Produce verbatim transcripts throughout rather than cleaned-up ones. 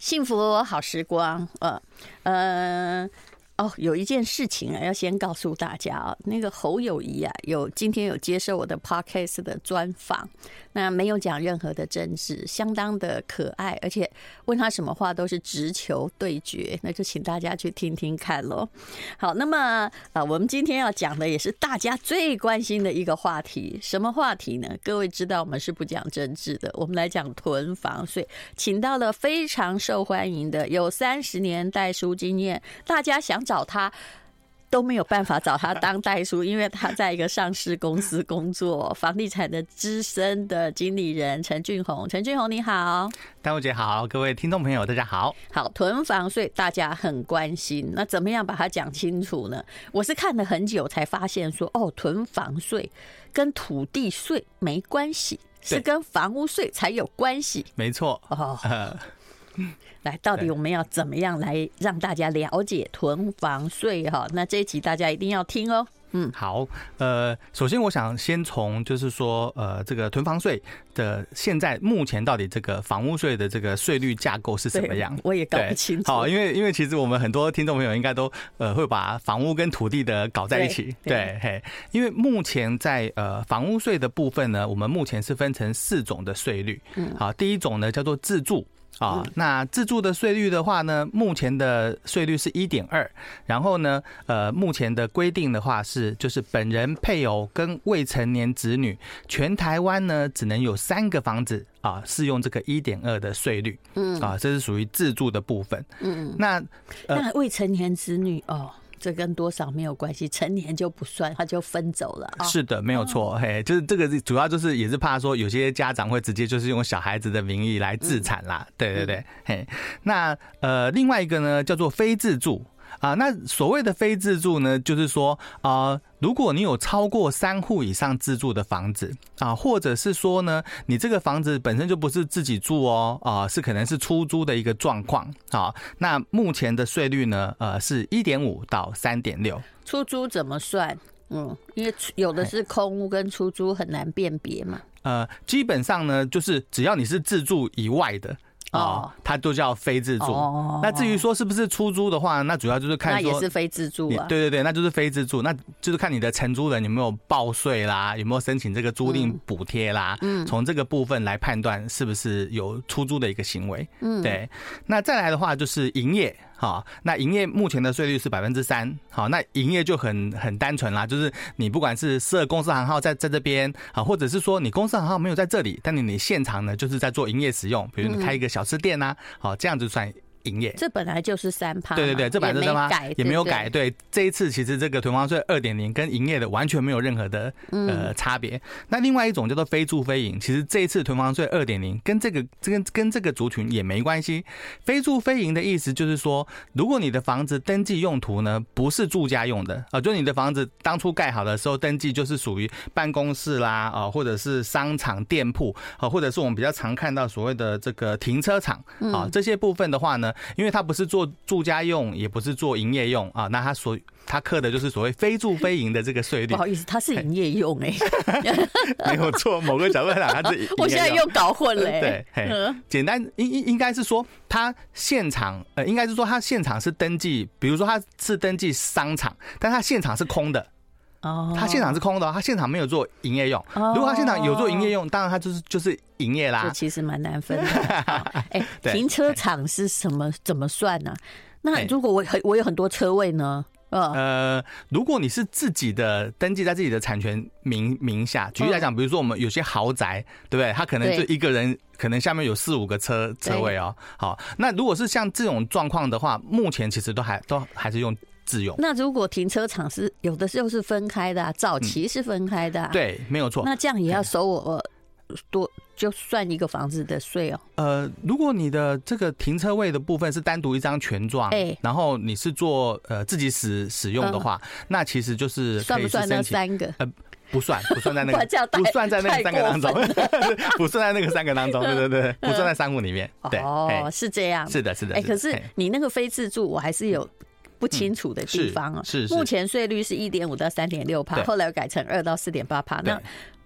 幸福好时光，呃呃。哦，有一件事情啊，要先告诉大家啊，那个侯友宜啊，有今天有接受我的 podcast 的专访，那没有讲任何的政治，相当的可爱，而且问他什么话都是直球对决，那就请大家去听听看咯。好，那么呃，我们今天要讲的也是大家最关心的一个话题，什么话题呢？各位知道我们是不讲政治的，我们来讲囤房税，请到了非常受欢迎的，有三十年代书经验，大家想找他都没有办法找他当代书，因为他在一个上市公司工作，房地产的资深的经理人陈俊宏。陈俊宏你好。 丹如姐好，各位听众朋友大家好。 好，囤房税大家很关心，那怎么样把它讲清楚呢？我是看了很久才发现说，哦，囤房税跟土地税没关系，是跟房屋税才有关系。 没错。 哦。来，到底我们要怎么样来让大家了解囤房税哈？那这一集大家一定要听哦。嗯， 好，呃，首先我想先从就是说，呃，这个囤房税的现在目前到底这个房屋税的这个税率架构是什么样？ 我也搞不清楚。 好，因为因为其实我们很多听众朋友应该都呃会把房屋跟土地的搞在一起，对，对嘿，因为目前在呃房屋税的部分呢，我们目前是分成四种的税率。嗯，好，第一种呢叫做自住。啊，那自住的税率的话呢，目前的税率是 一点二， 然后呢，呃，目前的规定的话是，就是本人、配偶跟未成年子女，全台湾呢只能有三个房子啊适用这个 一点二 的税率，嗯，啊，这是属于自住的部分，嗯，那呃那未成年子女哦。这跟多少没有关系，成年就不算，他就分走了。哦、 是的，没有错。嘿，就是这个主要就是也是怕说有些家长会直接就是用小孩子的名义来自产啦。嗯、对对对，嘿，那呃另外一个呢叫做非自住。啊，那所谓的非自住呢，就是说啊、呃，如果你有超过三户以上自住的房子啊，或者是说呢，你这个房子本身就不是自己住哦，啊，是可能是出租的一个状况啊。那目前的税率呢，呃，是 一点五 到 三点六。 出租怎么算？嗯，因为有的是空屋跟出租很难辨别嘛。 呃，基本上呢，就是只要你是自住以外的。哦，它都叫非自住。哦，那至于说是不是出租的话，那主要就是看说那也是非自住啊。 对对对，那就是非自住，那就是看你的承租人有没有报税啦，有没有申请这个租赁补贴啦。嗯，从这个部分来判断是不是有出租的一个行为。嗯，对。那再来的话就是营业。好，那营业目前的税率是百分之三。好，那营业就很很单纯啦，就是你不管是设公司行号在在这边啊，或者是说你公司行号没有在这里，但你你现场呢就是在做营业使用，比如你开一个小吃店啊，好，这样就算营业。 这本来就是三趴， 对对对，这本来就是三趴，也没有改。对，这一次其实这个囤房税 二点零 跟营业的完全没有任何的呃差别。那另外一种叫做非住非营，其实这一次囤房税 二点零 跟这个跟跟这个族群也没关系。非住非营的意思就是说，如果你的房子登记用途呢不是住家用的啊，就是你的房子当初盖好的时候登记就是属于办公室啦啊，或者是商场店铺啊，或者是我们比较常看到所谓的这个停车场啊，这些部分的话呢。因为它不是做住家用，也不是做营业用啊，那它所它课的就是所谓非住非营的这个税率。 不好意思，它是营业用哎、 欸，没有错，某个角度来讲，它是营业用。 我现在又搞混了、欸。 对，嗯、简单应应应该是说，它现场呃，应该是说它现场是登记，比如说它是登记商场，但它现场是空的。哦，他现场是空的，他现场没有做营业用。如果他现场有做营业用，当然他就是就是营业啦。 这其实蛮难分的。哎、欸，停车场是什么？怎么算呢、啊？那如果我我有很多车位呢？ 呃，如果你是自己的登记在自己的产权名名下，举例来讲，比如说我们有些豪宅，对不对？他可能就一个人，可能下面有四五个车车位哦。好，那如果是像这种状况的话，目前其实都还都还是用。自用。 那如果停车场是有的时候是分开的、啊，早期是分开的、啊嗯， 对，没有错。 那这样也要收我多就算一个房子的税哦。 呃，如果你的这个停车位的部分是单独一张权状，欸、然后你是做呃自己使使用的话，嗯、那其实就是可以是申请算不算那三个？ 呃不算，不算在那个，不算在那个三个当中，不算在那个三个当中，对对对，不算在三户里面。对， 哦，是这样， 是的，是的。 哎、欸，可是你那个非自住，我还是有不清楚的地方啊。 是是， 目前税率是 一点五 到 三点六 趴，后来改成二到四点八趴。那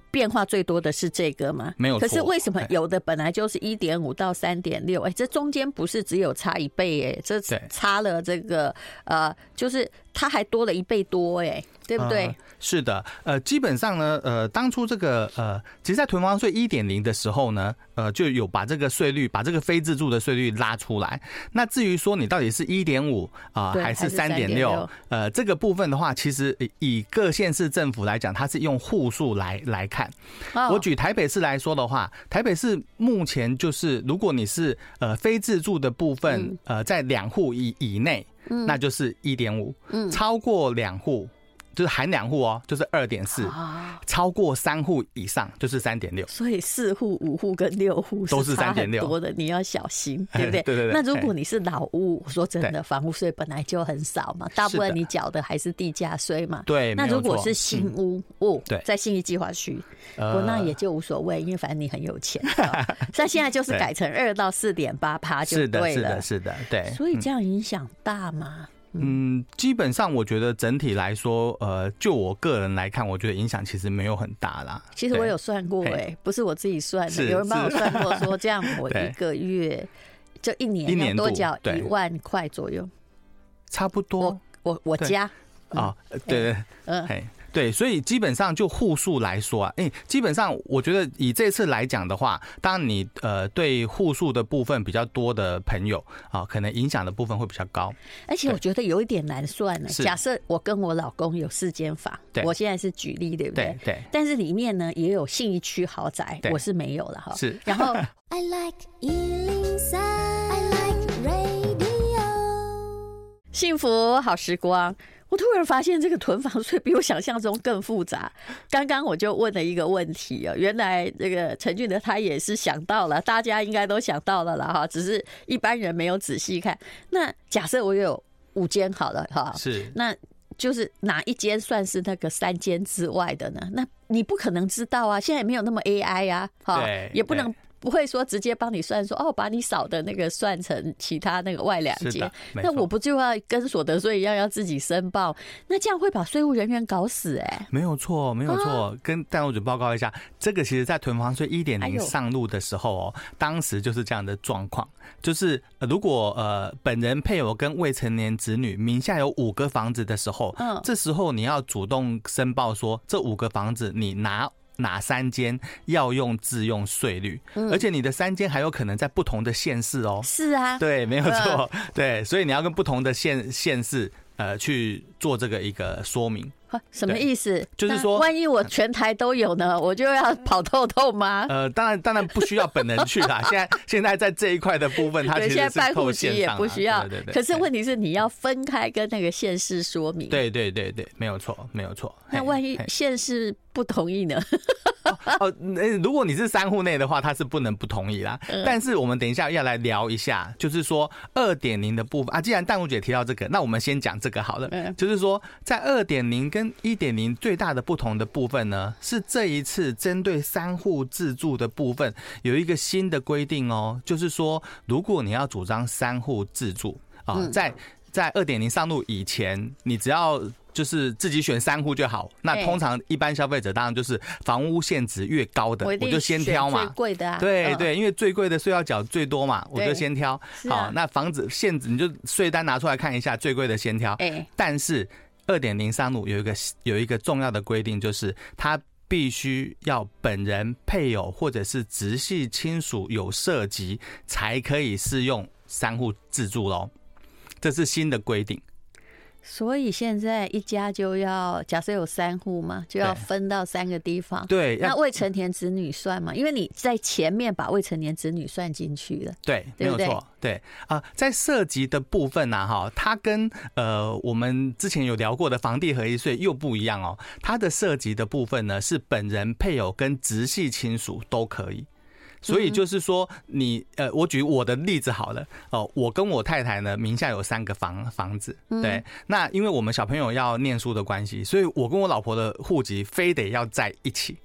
变化最多的是这个吗？ 没有错。 可是为什么有的本来就是 一点五 到 三点六， 哎，这中间不是只有差一倍，哎，这差了这个呃，就是它还多了一倍多，哎，对不对？呃、 是的，呃，基本上呢，呃，当初这个呃，其实在囤房税 一点零 的时候呢，呃，就有把这个税率，把这个非自住的税率拉出来。那至于说你到底是 一点五 啊，还是 三点六， 呃，这个部分的话，其实以各县市政府来讲，它是用户数来来看。哦、我举台北市来说的话，台北市目前就是，如果你是呃非自住的部分，嗯、呃，在两户以以内，嗯、那就是 一点五，嗯，超过两户。就是含两户哦，就是 二点四， 超过三户以上就是 三点六。 所以四户、五户跟六户都是三点六， 多的你要小心，对不对？ 对对对。 那如果你是老屋，说真的，房屋税本来就很少嘛，大部分你缴的还是地价税嘛。 对。 那如果是新屋，嗯、哦， 对， 在信义计划区，呃、不，那也就无所谓，因为反正你很有钱。但现在就是改成二到四点八趴就对了。 是的，是的，对。 所以这样影响大吗？ 嗯，基本上我觉得整体来说，呃，就我个人来看，我觉得影响其实没有很大啦。 其实我有算过、欸，哎，不是我自己算的，有人帮我算过，说这样我一个月就一年要多缴一万块左右， 差不多。 我我我家啊，对对，嗯。对，所以基本上就户数来说啊，哎、欸，基本上我觉得以这次来讲的话，当然你呃对户数的部分比较多的朋友啊，可能影响的部分会比较高。 而且我觉得有一点难算呢。假设我跟我老公有四间房，我现在是举例，对不对？ 对。对但是里面呢也有信义区豪宅，我是没有了哈。 是。 然后 I like 一零三 I like radio 幸福好时光。我突然发现这个囤房税比我想象中更复杂。刚刚我就问了一个问题啊，原来这个陈俊德他也是想到了，大家应该都想到了啦哈，只是一般人没有仔细看。那假设我有五间好了哈， 是， 那就是哪一间算是那个三间之外的呢？那你不可能知道啊，现在也没有那么 A I 啊，哈，也不能。不会说直接帮你算说哦，把你少的那个算成其他那个外两间，那我不就要跟所得税一样要自己申报？那这样会把税务人员搞死哎、欸！ 没有错，没有错。啊、跟淡如姐报告一下，这个其实在囤房税 一点零 上路的时候哦，哎、当时就是这样的状况，就是如果呃本人配偶跟未成年子女名下有五个房子的时候，嗯，这时候你要主动申报说这五个房子你拿。哪三间要用自用税率、嗯，而且你的三间还有可能在不同的县市哦。 是啊， 对，没有错、嗯，对，所以你要跟不同的县县市呃去做这个一个说明。 什么意思？ 就是说， 万一我全台都有呢，我就要跑透透吗？ 呃，当然，当然不需要本人去啦。现在，现在在这一块的部分，它其实是办户籍也不需要。 对对对。 可是问题是，你要分开跟那个县市说明。 对对对对，没有错，没有错。 那万一县市不同意呢？ 哦，如果你是三户内的话，他是不能不同意啦。嗯、但是我们等一下要来聊一下，就是说 二点零 的部分啊。既然淡如姐提到这个，那我们先讲这个好了。嗯、就是说，在 二点零 跟 一点零 最大的不同的部分呢，是这一次针对三户自住的部分有一个新的规定哦，就是说，如果你要主张三户自住啊，在在 二点零 上路以前，你只要就是自己选三户就好。那通常一般消费者当然就是房屋现值越高的，我就先挑嘛。 最贵的啊， 对对，因为最贵的税要缴最多嘛，我就先挑。好，那房子现值你就税单拿出来看一下，最贵的先挑。但是 二点零 上路有一个有一个重要的规定，就是它必须要本人、配偶或者是直系亲属有涉及，才可以适用三户自住咯。这是新的规定。 所以现在一家就要假设有三户嘛，就要分到三个地方。 对， 那未成年子女算嘛？因为你在前面把未成年子女算进去了。 对，没有错。对啊、呃，在涉及的部分呢、啊，哈，它跟呃我们之前有聊过的房地合一税又不一样哦。它的涉及的部分呢，是本人、配偶跟直系亲属都可以。所以就是说你，呃，我举我的例子好了哦，我跟我太太呢名下有三个房房子，对，那因为我们小朋友要念书的关系，所以我跟我老婆的户籍非得要在一起。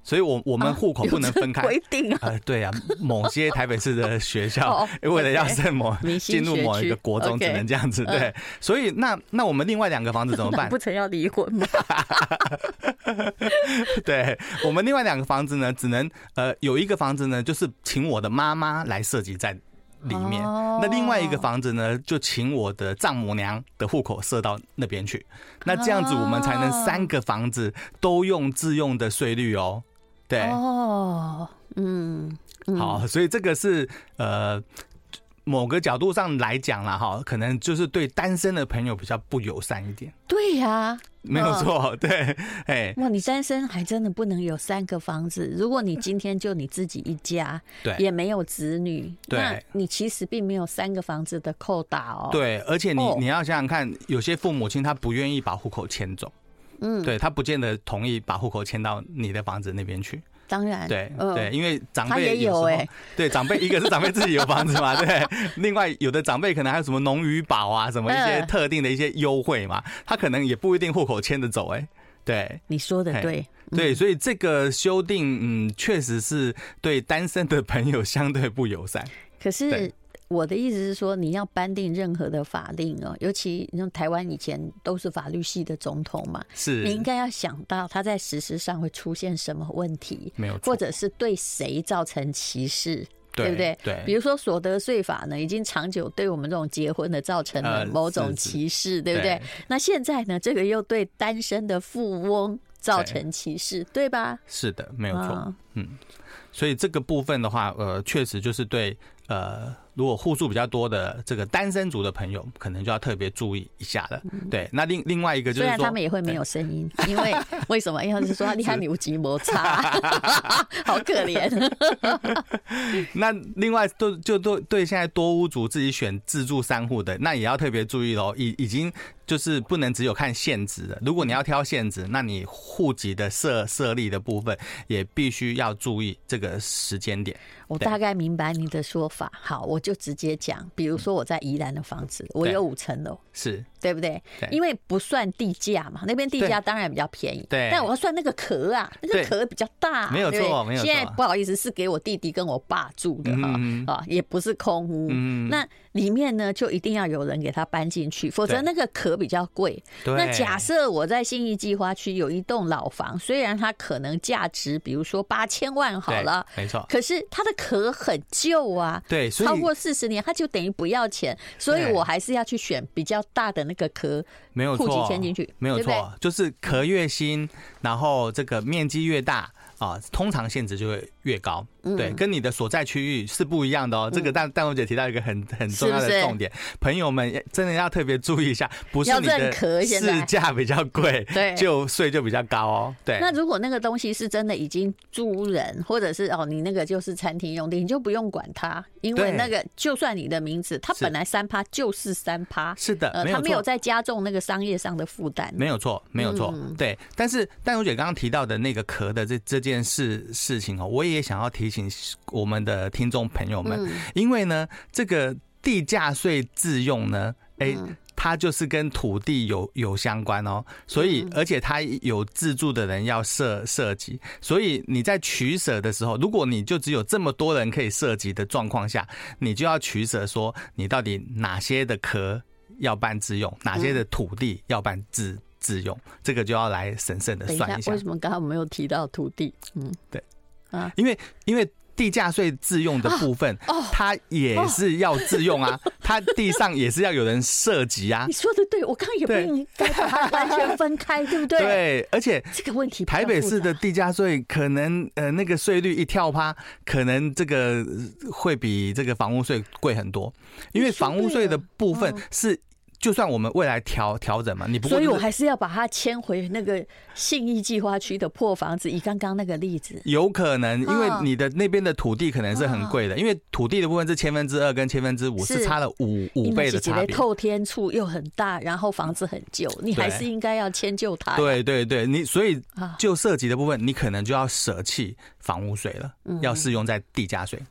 所以我我们户口不能分开。 规定啊？ 呃，对啊，某些台北市的学校为了要升某进入某一个国中，只能这样子。对，所以那那我们另外两个房子怎么办？ 不成要离婚吗？ 对，我们另外两个房子呢，只能呃有一个房子呢，就是请我的妈妈来设籍在里面，哦、那另外一个房子呢，就请我的丈母娘的户口设到那边去。那这样子我们才能三个房子都用自用的税率哦。对， 哦，嗯，嗯好，所以这个是呃某个角度上来讲啦，哈，可能就是对单身的朋友比较不友善一点。 对呀、啊。 没有错，哦、对，哎， 哇，你单身还真的不能有三个房子。如果你今天就你自己一家， 对， 也没有子女， 对， 那你其实并没有三个房子的扣打哦。 对，而且你、 哦、 你要想想看，有些父母亲他不愿意把户口迁走，嗯，对他不见得同意把户口迁到你的房子那边去。 当然， 对、 呃、 对，因为长辈也有哎、欸， 对长辈一个是长辈自己有房子嘛，对，另外有的长辈可能还有什么农渔保啊，什么一些特定的一些优惠嘛，他可能也不一定户口迁得走哎、欸，对， 你说的对， 对，所以这个修订，嗯，确实是对单身的朋友相对不友善。 可是我的意思是说，你要颁定任何的法令哦，尤其你像台湾以前都是法律系的总统嘛， 是你应该要想到他在实施上会出现什么问题， 没有错， 或者是对谁造成歧视。 对, 对不对？ 对， 比如说所得税法呢，已经长久对我们这种结婚的造成了某种歧视，呃、对不对？对，那现在呢，这个又对单身的富翁造成歧视， 对, 对吧？ 是的，没有错。 啊、 嗯，所以这个部分的话，呃，确实就是对呃，如果户数比较多的这个单身族的朋友，可能就要特别注意一下了。嗯、对，那另另外一个就是说，虽然他们也会没有声音，因为为什么？因为他是说你看你有几摩擦，好可怜。 那另外都就都对现在多屋族自己选自住三户的，那也要特别注意喽，已已经就是不能只有看现值的。如果你要挑现值，那你户籍的设设立的部分也必须要注意这个时间点。 我大概明白你的说法，好，我就直接讲，比如说我在宜兰的房子，我有五层楼， 是对不对？对，因为不算地价嘛，那边地价当然比较便宜，对，但我要算那个壳啊，那个壳比较大， 没有错，没有错。 现在不好意思，是给我弟弟跟我爸住的哈，嗯、啊，也不是空屋，嗯、那里面呢就一定要有人给他搬进去，否则那个壳比较贵。那假设我在信义计划区有一栋老房，虽然它可能价值比如说八千万好了， 没错， 可是它的壳很旧啊， 对，所以超过四十年，它就等于不要钱，所以我还是要去选比较大的那个壳， 没有错， 户籍迁进去， 没有错，就是壳越新，然后这个面积越大啊，通常限值就会越高。对，跟你的所在区域是不一样的哦。这个但但我姐提到一个很很重要的重点，朋友们真的要特别注意一下，不是你的市价比较贵，对，就税就比较高哦。对， 那如果那个东西是真的已经租人，或者是哦你那个就是餐厅用地，你就不用管它，因为那个就算你的名字，它本来三趴就是三趴， 是的， 呃，它没有再加重那个商业上的负担， 没有错，没有错。嗯、对，但是但我姐刚刚提到的那个壳的这这件事事情哦，我也想要提醒我们的听众朋友们，因为呢，这个地价税自用呢，哎、欸，它就是跟土地有有相关哦，所以而且它有自住的人要设设籍，所以你在取舍的时候，如果你就只有这么多人可以设籍的状况下，你就要取舍说，你到底哪些的壳要办自用，哪些的土地要办自自用，这个就要来审慎的算一下。 为什么刚刚没有提到土地？嗯， 对。啊，因为因为地价税自用的部分，啊哦、它也是要自用啊，哦、它地上也是要有人设籍啊。 你说的对，我刚刚也不应该把它完全分开，对不对？ 对，而且这个问题， 台北市的地价税可能呃那个税率一跳趴，可能这个会比这个房屋税贵很多，因为房屋税的部分是。就算我们未来调调整嘛，你不过、就是、 所以我还是要把它迁回那个信义计划区的破房子。以刚刚那个例子， 有可能因为你的那边的土地可能是很贵的，哦、因为土地的部分是千分之二跟千分之五是差了五五倍的差别。 透天处又很大，然后房子很旧，你还是应该要迁就它。 对对对，你所以就涉及的部分，你可能就要舍弃房屋税了，嗯、要适用在地价税。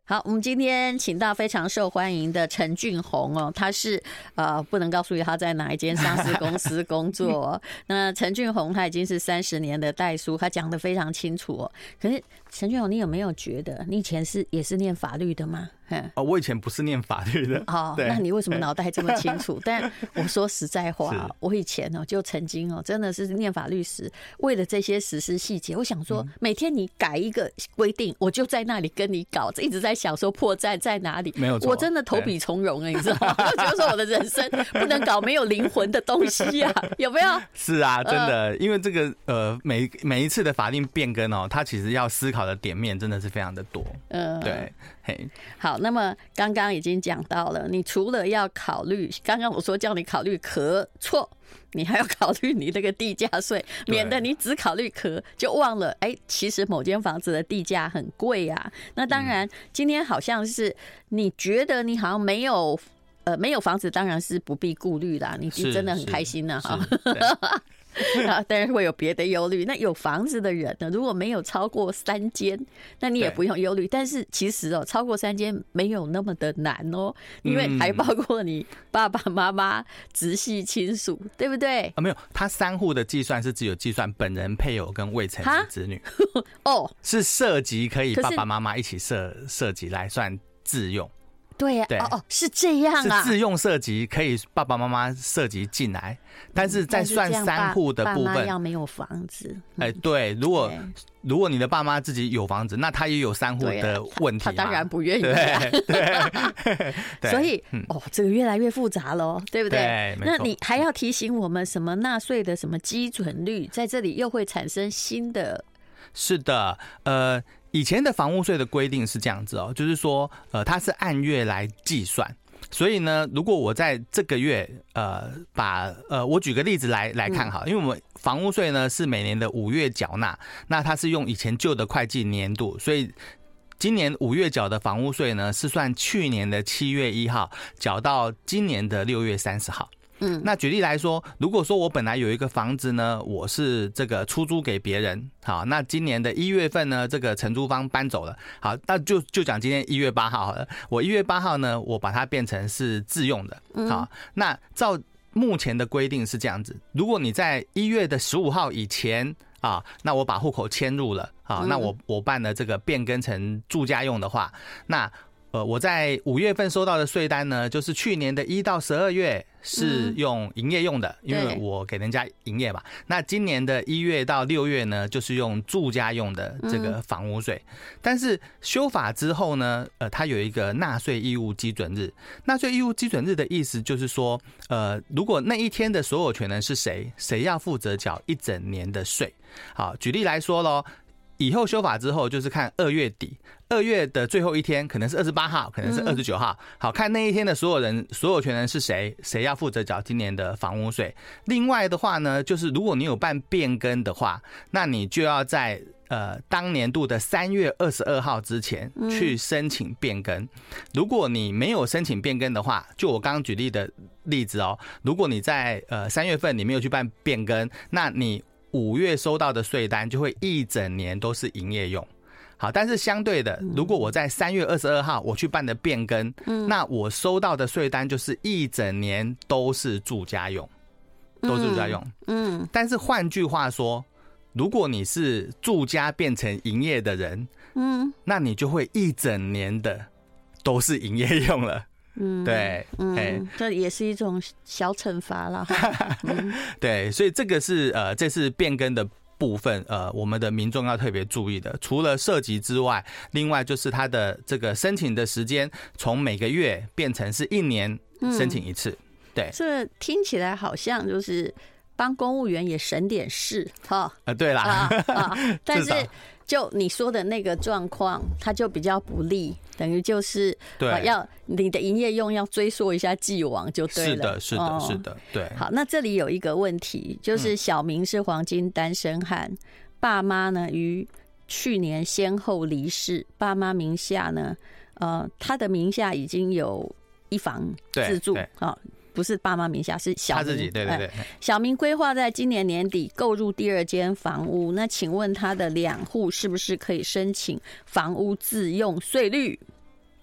好，我们今天请到非常受欢迎的陈俊宏哦，他是呃不能告诉你他在哪一间上市公司工作、哦。那陈俊宏他已经是三十年的代书，他讲得非常清楚哦。可是陈俊宏，你有没有觉得你以前是也是念法律的吗？ 哦，我以前不是念法律的。 哦，那你为什么脑袋这么清楚？但我说实在话，我以前哦就曾经哦真的是念法律时，为了这些实施细节，我想说每天你改一个规定，我就在那里跟你搞，一直在想说破绽在哪里。 没有错， 我真的投笔从戎了，你知道吗？我觉得说我的人生不能搞没有灵魂的东西啊，有没有？ 是啊，真的，呃、因为这个呃每每一次的法令变更哦，它其实要思考的点面真的是非常的多。嗯、呃，对，嘿， 好。那么刚刚已经讲到了，你除了要考虑，刚刚我说叫你考虑壳错，你还要考虑你那个地价税，免得你只考虑壳就忘了，哎、欸，其实某间房子的地价很贵啊。那当然，今天好像是你觉得你好像没有呃没有房子，当然是不必顾虑啦，你真的很开心了哈。啊，当然会有别的忧虑。那有房子的人呢，如果没有超过三间，那你也不用忧虑。但是其实哦，超过三间没有那么的难哦，因为还包括你爸爸妈妈、直系亲属，对不对？ 啊，没有，他三户的计算是只有计算本人、配偶跟未成年子女。 哦， 是涉及可以爸爸妈妈一起涉涉及来算自用。 对呀、啊，哦哦，是这样啊， 是自用涉及可以爸爸妈妈涉及进来，但是在算三户的部分， 爸妈要没有房子， 哎、欸，对，如果如果你的爸妈自己有房子，那他也有三户的问题嘛， 他当然不愿意、啊， 对对对， 所以、嗯、哦，这个越来越复杂了，对不对？ 对， 那你还要提醒我们什么纳税的什么基准率，在这里又会产生新的？ 是的，呃。以前的房屋税的规定是这样子哦，就是说，呃，它是按月来计算，所以呢，如果我在这个月，呃，把呃，我举个例子来来看好，因为我们房屋税呢是每年的五月缴纳，那它是用以前旧的会计年度，所以今年五月缴的房屋税呢是算去年的七月一号缴到今年的六月三十号。嗯，那举例来说，如果说我本来有一个房子呢，我是这个出租给别人，好，那今年的一月份呢，这个承租方搬走了，好，那就就讲今天一月八号好了，我一月八号呢，我把它变成是自用的，好，那照目前的规定是这样子，如果你在一月的十五号以前啊，那我把户口迁入了，啊，那我我办了这个变更成住家用的话，那呃，我在五月份收到的税单呢，就是去年的一到十二月是用营业用的，嗯、因为我给人家营业嘛。那今年的一月到六月呢，就是用住家用的这个房屋税。嗯、但是修法之后呢，呃，它有一个纳税义务基准日。纳税义务基准日的意思就是说，呃，如果那一天的所有权人是谁，谁要负责缴一整年的税。好，举例来说咯，以后修法之后，就是看二月底，二月的最后一天可能是二十八号，可能是二十九号。好，看那一天的所有人、所有权人是谁，谁要负责缴今年的房屋税。另外的话呢，就是如果你有办变更的话，那你就要在呃当年度的三月二十二号之前去申请变更。如果你没有申请变更的话，就我刚刚举例的例子哦，如果你在呃三月份你没有去办变更，那你五月收到的税单就会一整年都是营业用。好，但是相对的，如果我在三月二十二号我去办的变更，嗯，那我收到的税单就是一整年都是住家用，都是住家用。嗯，嗯但是换句话说，如果你是住家变成营业的人，嗯，那你就会一整年的都是营业用了。嗯，对， 嗯，这也是一种小惩罚啦。 嗯、对，所以这个是呃，这是变更的部分，呃，我们的民众要特别注意的。除了涉及之外，另外就是它的这个申请的时间，从每个月变成是一年申请一次。嗯、对， 这听起来好像就是帮公务员也省点事哈。 呃，对啦，啊啊、但是就你说的那个状况，它就比较不利。等于就是对、啊，要你的营业用要追溯一下既往就对了。 是的，是的，哦、是的，对。 好，那这里有一个问题，就是小明是黄金单身汉，嗯、爸妈呢于去年先后离世，爸妈名下呢，呃，他的名下已经有一房自住啊。不是爸妈名下，是小明他自己。对对对。 小明规划在今年年底购入第二间房屋，那请问他的两户是不是可以申请房屋自用税率？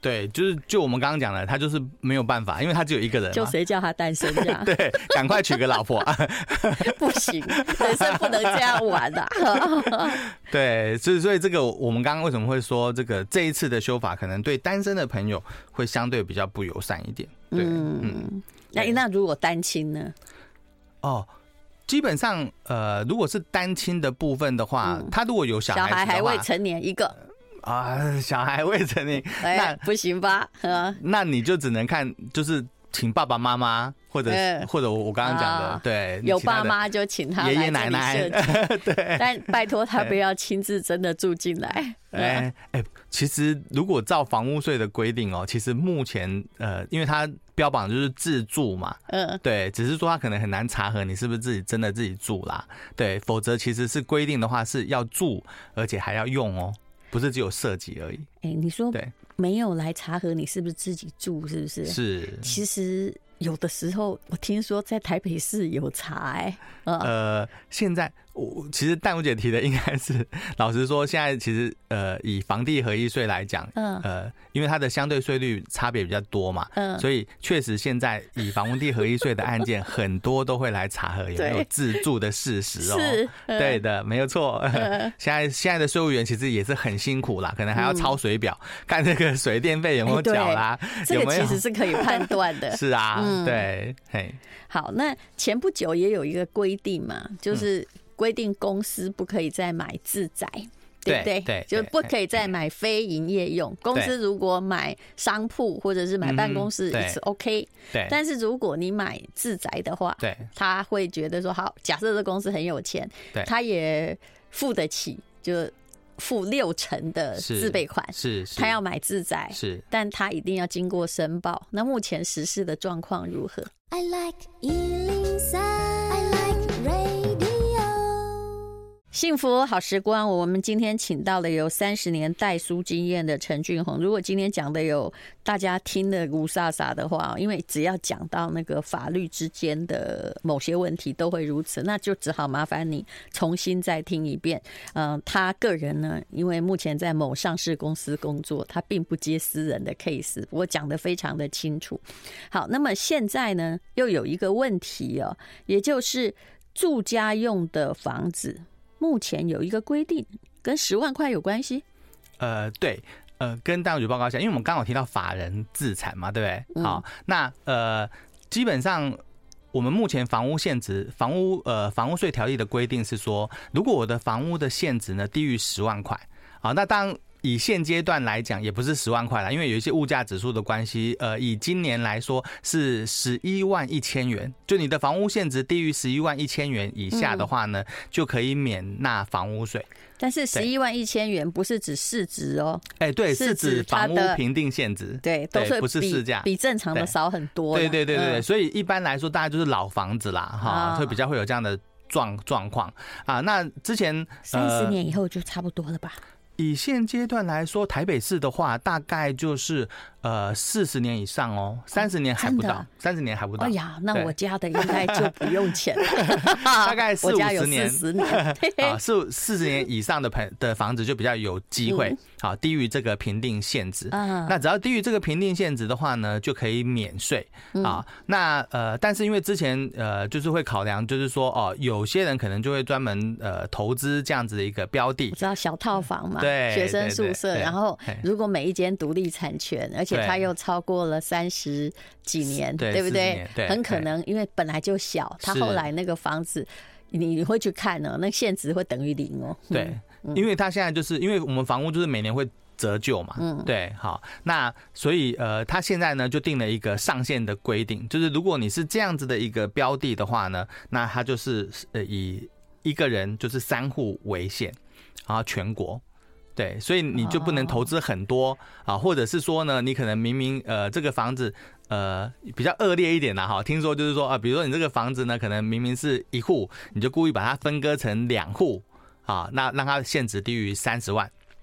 对，就是就我们刚刚讲的，他就是没有办法，因为他只有一个人嘛， 就谁叫他单身这样？ 对，赶快娶个老婆。 不行，人生不能这样玩的、啊。 对，所以所以这个我们刚刚为什么会说这个这一次的修法可能对单身的朋友会相对比较不友善一点？对，嗯， 嗯那那如果单亲呢？ 哦。基本上，呃，如果是单亲的部分的话，嗯、他如果有小孩子的话， 小孩还未成年一个。 啊，小孩未成年， 哎、 那不行吧？ 那你就只能看，就是请爸爸妈妈，或者、嗯、或者我刚刚讲的，啊、对， 有爸妈就请他爷爷奶奶，对， 但拜托他不要亲自真的住进来。 哎哎、欸，其实如果照房屋税的规定哦，其实目前呃，因为它标榜就是自住嘛，嗯，对，只是说他可能很难查核你是不是自己真的自己住啦，对，否则其实是规定的话是要住，而且还要用哦。不是只有设计而已。 哎、欸，你说对，没有来查核你是不是自己住，是不是？ 是。 其实有的时候，我听说在台北市有查、欸，哎， 呃，现在我其实淡如姐提的应该是，老实说，现在其实呃，以房地合一税来讲，嗯，呃，因为它的相对税率差别比较多嘛，嗯，所以确实现在以房地合一税的案件，很多都会来查核有没有自住的事实哦， 是， 对的，没有错。嗯、现在现在的税务员其实也是很辛苦啦，可能还要抄水表，嗯、看这个水电费有没有缴啦， 欸、有没有？这个其实是可以判断的。 是啊，嗯、对，嘿。 好，那前不久也有一个规定嘛，就是规定公司不可以再买自宅，嗯、对不对？ 对， 就是不可以再买非营业用。公司如果买商铺或者是买办公室也是 OK， 对。 但是如果你买自宅的话， 对， 他会觉得说，好，假设这公司很有钱，他也付得起，就付六成的自备款， 是，是， 他要买自宅， 是， 但他一定要经过申报。那目前实施的状况如何？ I like 一零三 I like radio。 幸福好时光，我们今天请到了有三十年代书经验的陈俊宏。如果今天讲的有大家听的无煞煞的话，因为只要讲到那个法律之间的某些问题都会如此，那就只好麻烦你重新再听一遍。嗯，他个人呢，因为目前在某上市公司工作，他并不接私人的 case， 我讲得非常的清楚。好，那么现在呢，又有一个问题哦，也就是住家用的房子。目前有一个规定，跟十万块有关系。 呃，对，呃，跟大局报告一下，因为我们刚好提到法人自产嘛，对不对？嗯、好，那呃，基本上我们目前房屋现值、房屋呃房屋税条例的规定是说，如果我的房屋的现值呢低于十万块，好，那当然以现阶段来讲，也不是十万块啦，因为有一些物价指数的关系，呃，以今年来说是十一万一千元。就你的房屋现值低于十一万一千元以下的话呢，嗯、就可以免纳房屋税。 但是十一万一千元不是指市值哦， 哎、欸，对，是指房屋评定现值， 对，都是不是市价， 比正常的少很多。 对对对对对，嗯、所以一般来说，大概就是老房子啦，哈，会比较会有这样的状状况啊。那之前三十年以后就差不多了吧？ 以现阶段来说，台北市的话，大概就是呃四十年以上哦，三十年还不到，三十年还不到。 哎呀，那我家的应该就不用钱了， 大概四五十年， 四十年啊，四四十年以上的朋的房子就比较有机会，好、嗯、低于这个评定限值。嗯、那只要低于这个评定限值的话呢，就可以免税啊。嗯、那呃，但是因为之前呃，就是会考量，就是说哦，有些人可能就会专门呃投资这样子的一个标的， 我知道小套房嘛。 对， 学生宿舍，然后如果每一间独立产权，而且它又超过了三十几年，对不对？很可能因为本来就小，它后来那个房子你会去看呢，那现值会等于零哦。 对，因为它现在就是因为我们房屋就是每年会折旧嘛，嗯，对，好，那所以呃，它现在呢就定了一个上限的规定，就是如果你是这样子的一个标的的话呢，那它就是呃以一个人就是三户为限，然后全国。对，所以你就不能投资很多啊，或者是说呢，你可能明明呃这个房子呃比较恶劣一点啦哈，听说就是说啊，比如说你这个房子呢，可能明明是一户，你就故意把它分割成两户啊，那让它现值低于三十万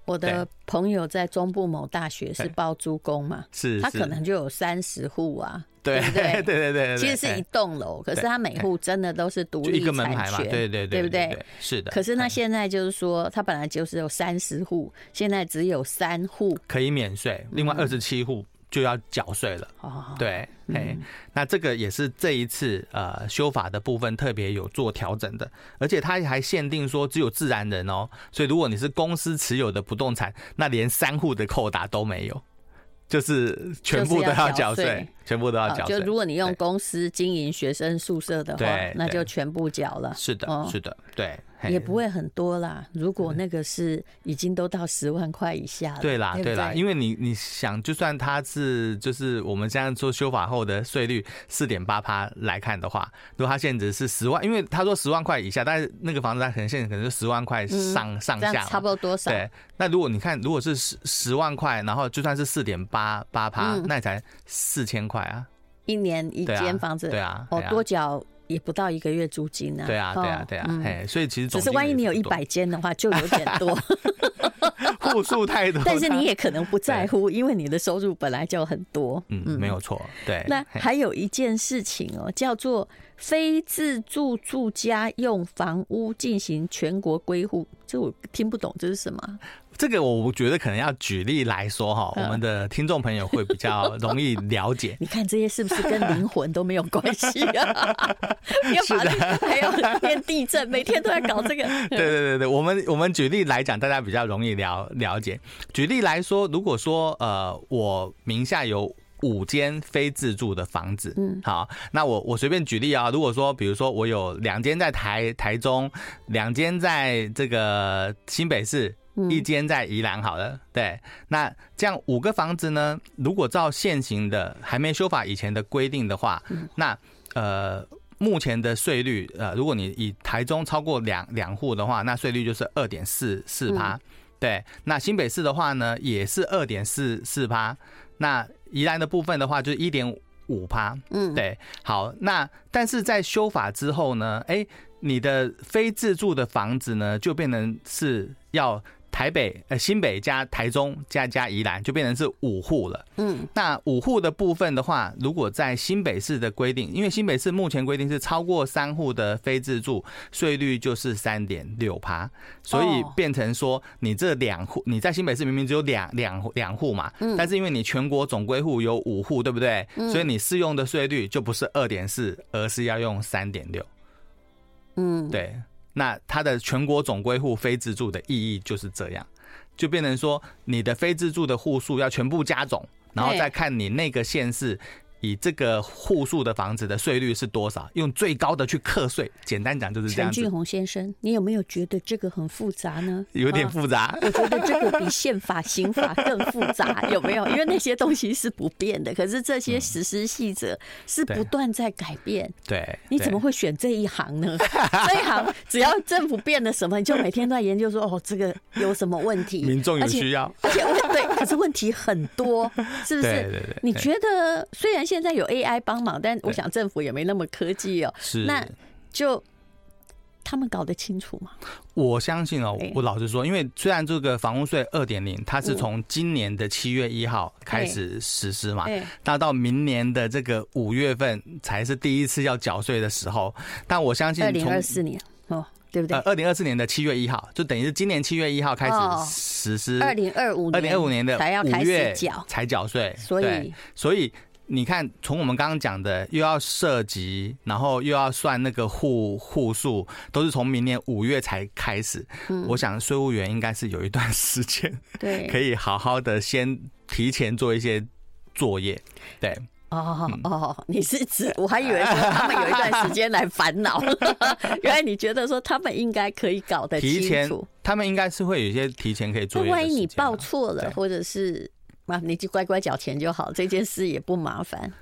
我的朋友在中部某大学是包租公嘛， 是， 他可能就有三十户啊， 对对不对？ 对对对， 其实是一栋楼，可是他每户真的都是独立一个门牌嘛， 产权， 对对对， 对不对？ 是的。 可是那现在就是说，他本来就是有三十户，现在只有三户可以免税，另外二十七户就要缴税了。哦，对，哎，那这个也是这一次呃修法的部分特别有做调整的，而且它还限定说只有自然人哦，所以如果你是公司持有的不动产，那连三户的扣打都没有。就是全部都要缴税，全部都要缴税。 就如果你用公司经营学生宿舍的话，那就全部缴了。 是的，是的，对， 也不会很多啦。如果那个是已经都到十万块以下了， 对啦，对啦，因为你你想，就算它是就是我们现在说修法后的税率四点八趴来看的话，如果它现值是十万，因为他说十万块以下，但是那个房子它可能现在可能是十万块上、嗯、上下， 差不多多少？ 对。那如果你看，如果是十十万块，然后就算是四点八八趴，那也才四千块啊， 一年一间房子， 对啊， 哦，多缴也不到一个月租金啊， 对啊，对啊，对啊，哎，所以其实只是万一你有一百间的话，就有点多， 户数太多， 但是你也可能不在乎，因为你的收入本来就很多， 嗯，没有错，对。 那还有一件事情哦，叫做非自住住家用房屋进行全国归户，这我听不懂，这是什么？ 这个我觉得可能要举例来说哈，我们的听众朋友会比较容易了解。 你看这些是不是跟灵魂都没有关系啊？要法律还有连地震，每天都在搞这个。 对对对对，我们我们举例来讲，大家比较容易了了解。举例来说，如果说呃我名下有五间非自住的房子，嗯，好，那我我随便举例啊，如果说比如说我有两间在台台中，两间在这个新北市。一间在宜兰好了，对，那这样五个房子呢，如果照现行的还没修法以前的规定的话，那呃目前的税率呃，如果你以台中超过两两户的话，那税率就是二点四四趴，对，那新北市的话呢也是二点四四趴，那宜兰的部分的话就是一点五趴，嗯，对，好，那但是在修法之后呢，哎，你的非自住的房子呢就变成是要台北呃新北加台中加加宜兰就变成是五户了。嗯，那五户的部分的话，如果在新北市的规定，因为新北市目前规定是超过三户的非自住税率就是三点六趴，所以变成说你这两户你在新北市明明只有两两两户嘛，嗯，但是因为你全国总归户有五户，对不对？嗯，所以你适用的税率就不是二点四，而是要用三点六。嗯，对。那它的全国总归户非自住的意义就是这样，就变成说你的非自住的户数要全部加总，然后再看你那个县市以这个户数的房子的税率是多少，用最高的去课税。简单讲就是这样子。 陈俊宏先生，你有没有觉得这个很复杂呢？ 有点复杂， 啊、我觉得这个比宪法、刑法更复杂，有没有？因为那些东西是不变的，可是这些实施细则是不断在改变。 对， 你怎么会选这一行呢？这一行只要政府变了什么，你就每天都在研究说，哦，这个有什么问题？ 民众有需要， 而且而且对，可是问题很多，是不是？ 对对对。 你觉得虽然现在有 A I 帮忙，但我想政府也没那么科技哦。 是， 那就他们搞得清楚吗？ 我相信哦，我老实说，因为虽然这个房屋税 二点零 它是从今年的七月一号开始实施嘛，那到明年的这个五月份才是第一次要缴税的时候，但我相信二零二四年哦。对不对？ 呃，二零二四年的七月一号，就等于是今年七月一号开始实施。 二零二五年， 二零二五年的五月缴才缴税， 所以所以你看，从我们刚刚讲的，又要涉及，然后又要算那个户户数，都是从明年五月才开始。嗯，我想税务员应该是有一段时间， 对， 可以好好的先提前做一些作业，对。 哦哦，你是指我还以为说他们有一段时间来烦恼，原来你觉得说他们应该可以搞得清楚， 他们应该是会有一些提前可以做。 那万一你报错了，或者是啊，你就乖乖缴钱就好，这件事也不麻烦。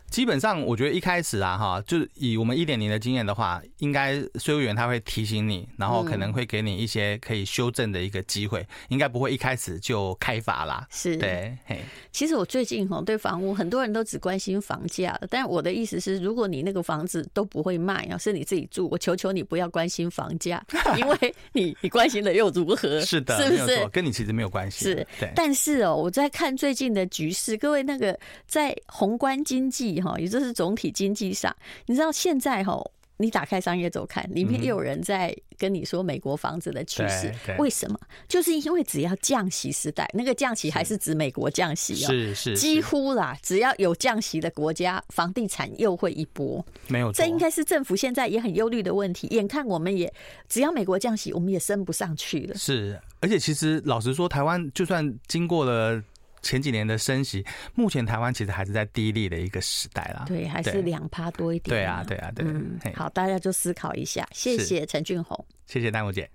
基本上，我觉得一开始啊，哈，就是以我们一点零的经验的话，应该税务员他会提醒你，然后可能会给你一些可以修正的一个机会，应该不会一开始就开罚啦。 是， 对。 其实我最近哈对房屋，很多人都只关心房价，但我的意思是，如果你那个房子都不会卖啊，是你自己住，我求求你不要关心房价，因为你你关心了又如何？ 是的， 是不是？ 跟你其实没有关系。 是，对。但是哦，我在看最近的局势，各位那个在宏观经济哈，也就是总体经济上，你知道现在哈，你打开商业周刊，里面又有人在跟你说美国房子的趋势，为什么？就是因为只要降息时代，那个降息还是指美国降息哦， 是是， 几乎啦，只要有降息的国家，房地产又会一波， 没有错。 这应该是政府现在也很忧虑的问题。眼看我们也只要美国降息，我们也升不上去了。 是，而且其实老实说，台湾就算经过了前几年的升息，目前台湾其实还是在低利的一个时代啦。 对，还是两趴多一点。 对啊，对啊，对。 嗯，好，大家就思考一下。谢谢陈俊宏， 谢谢丹如姐。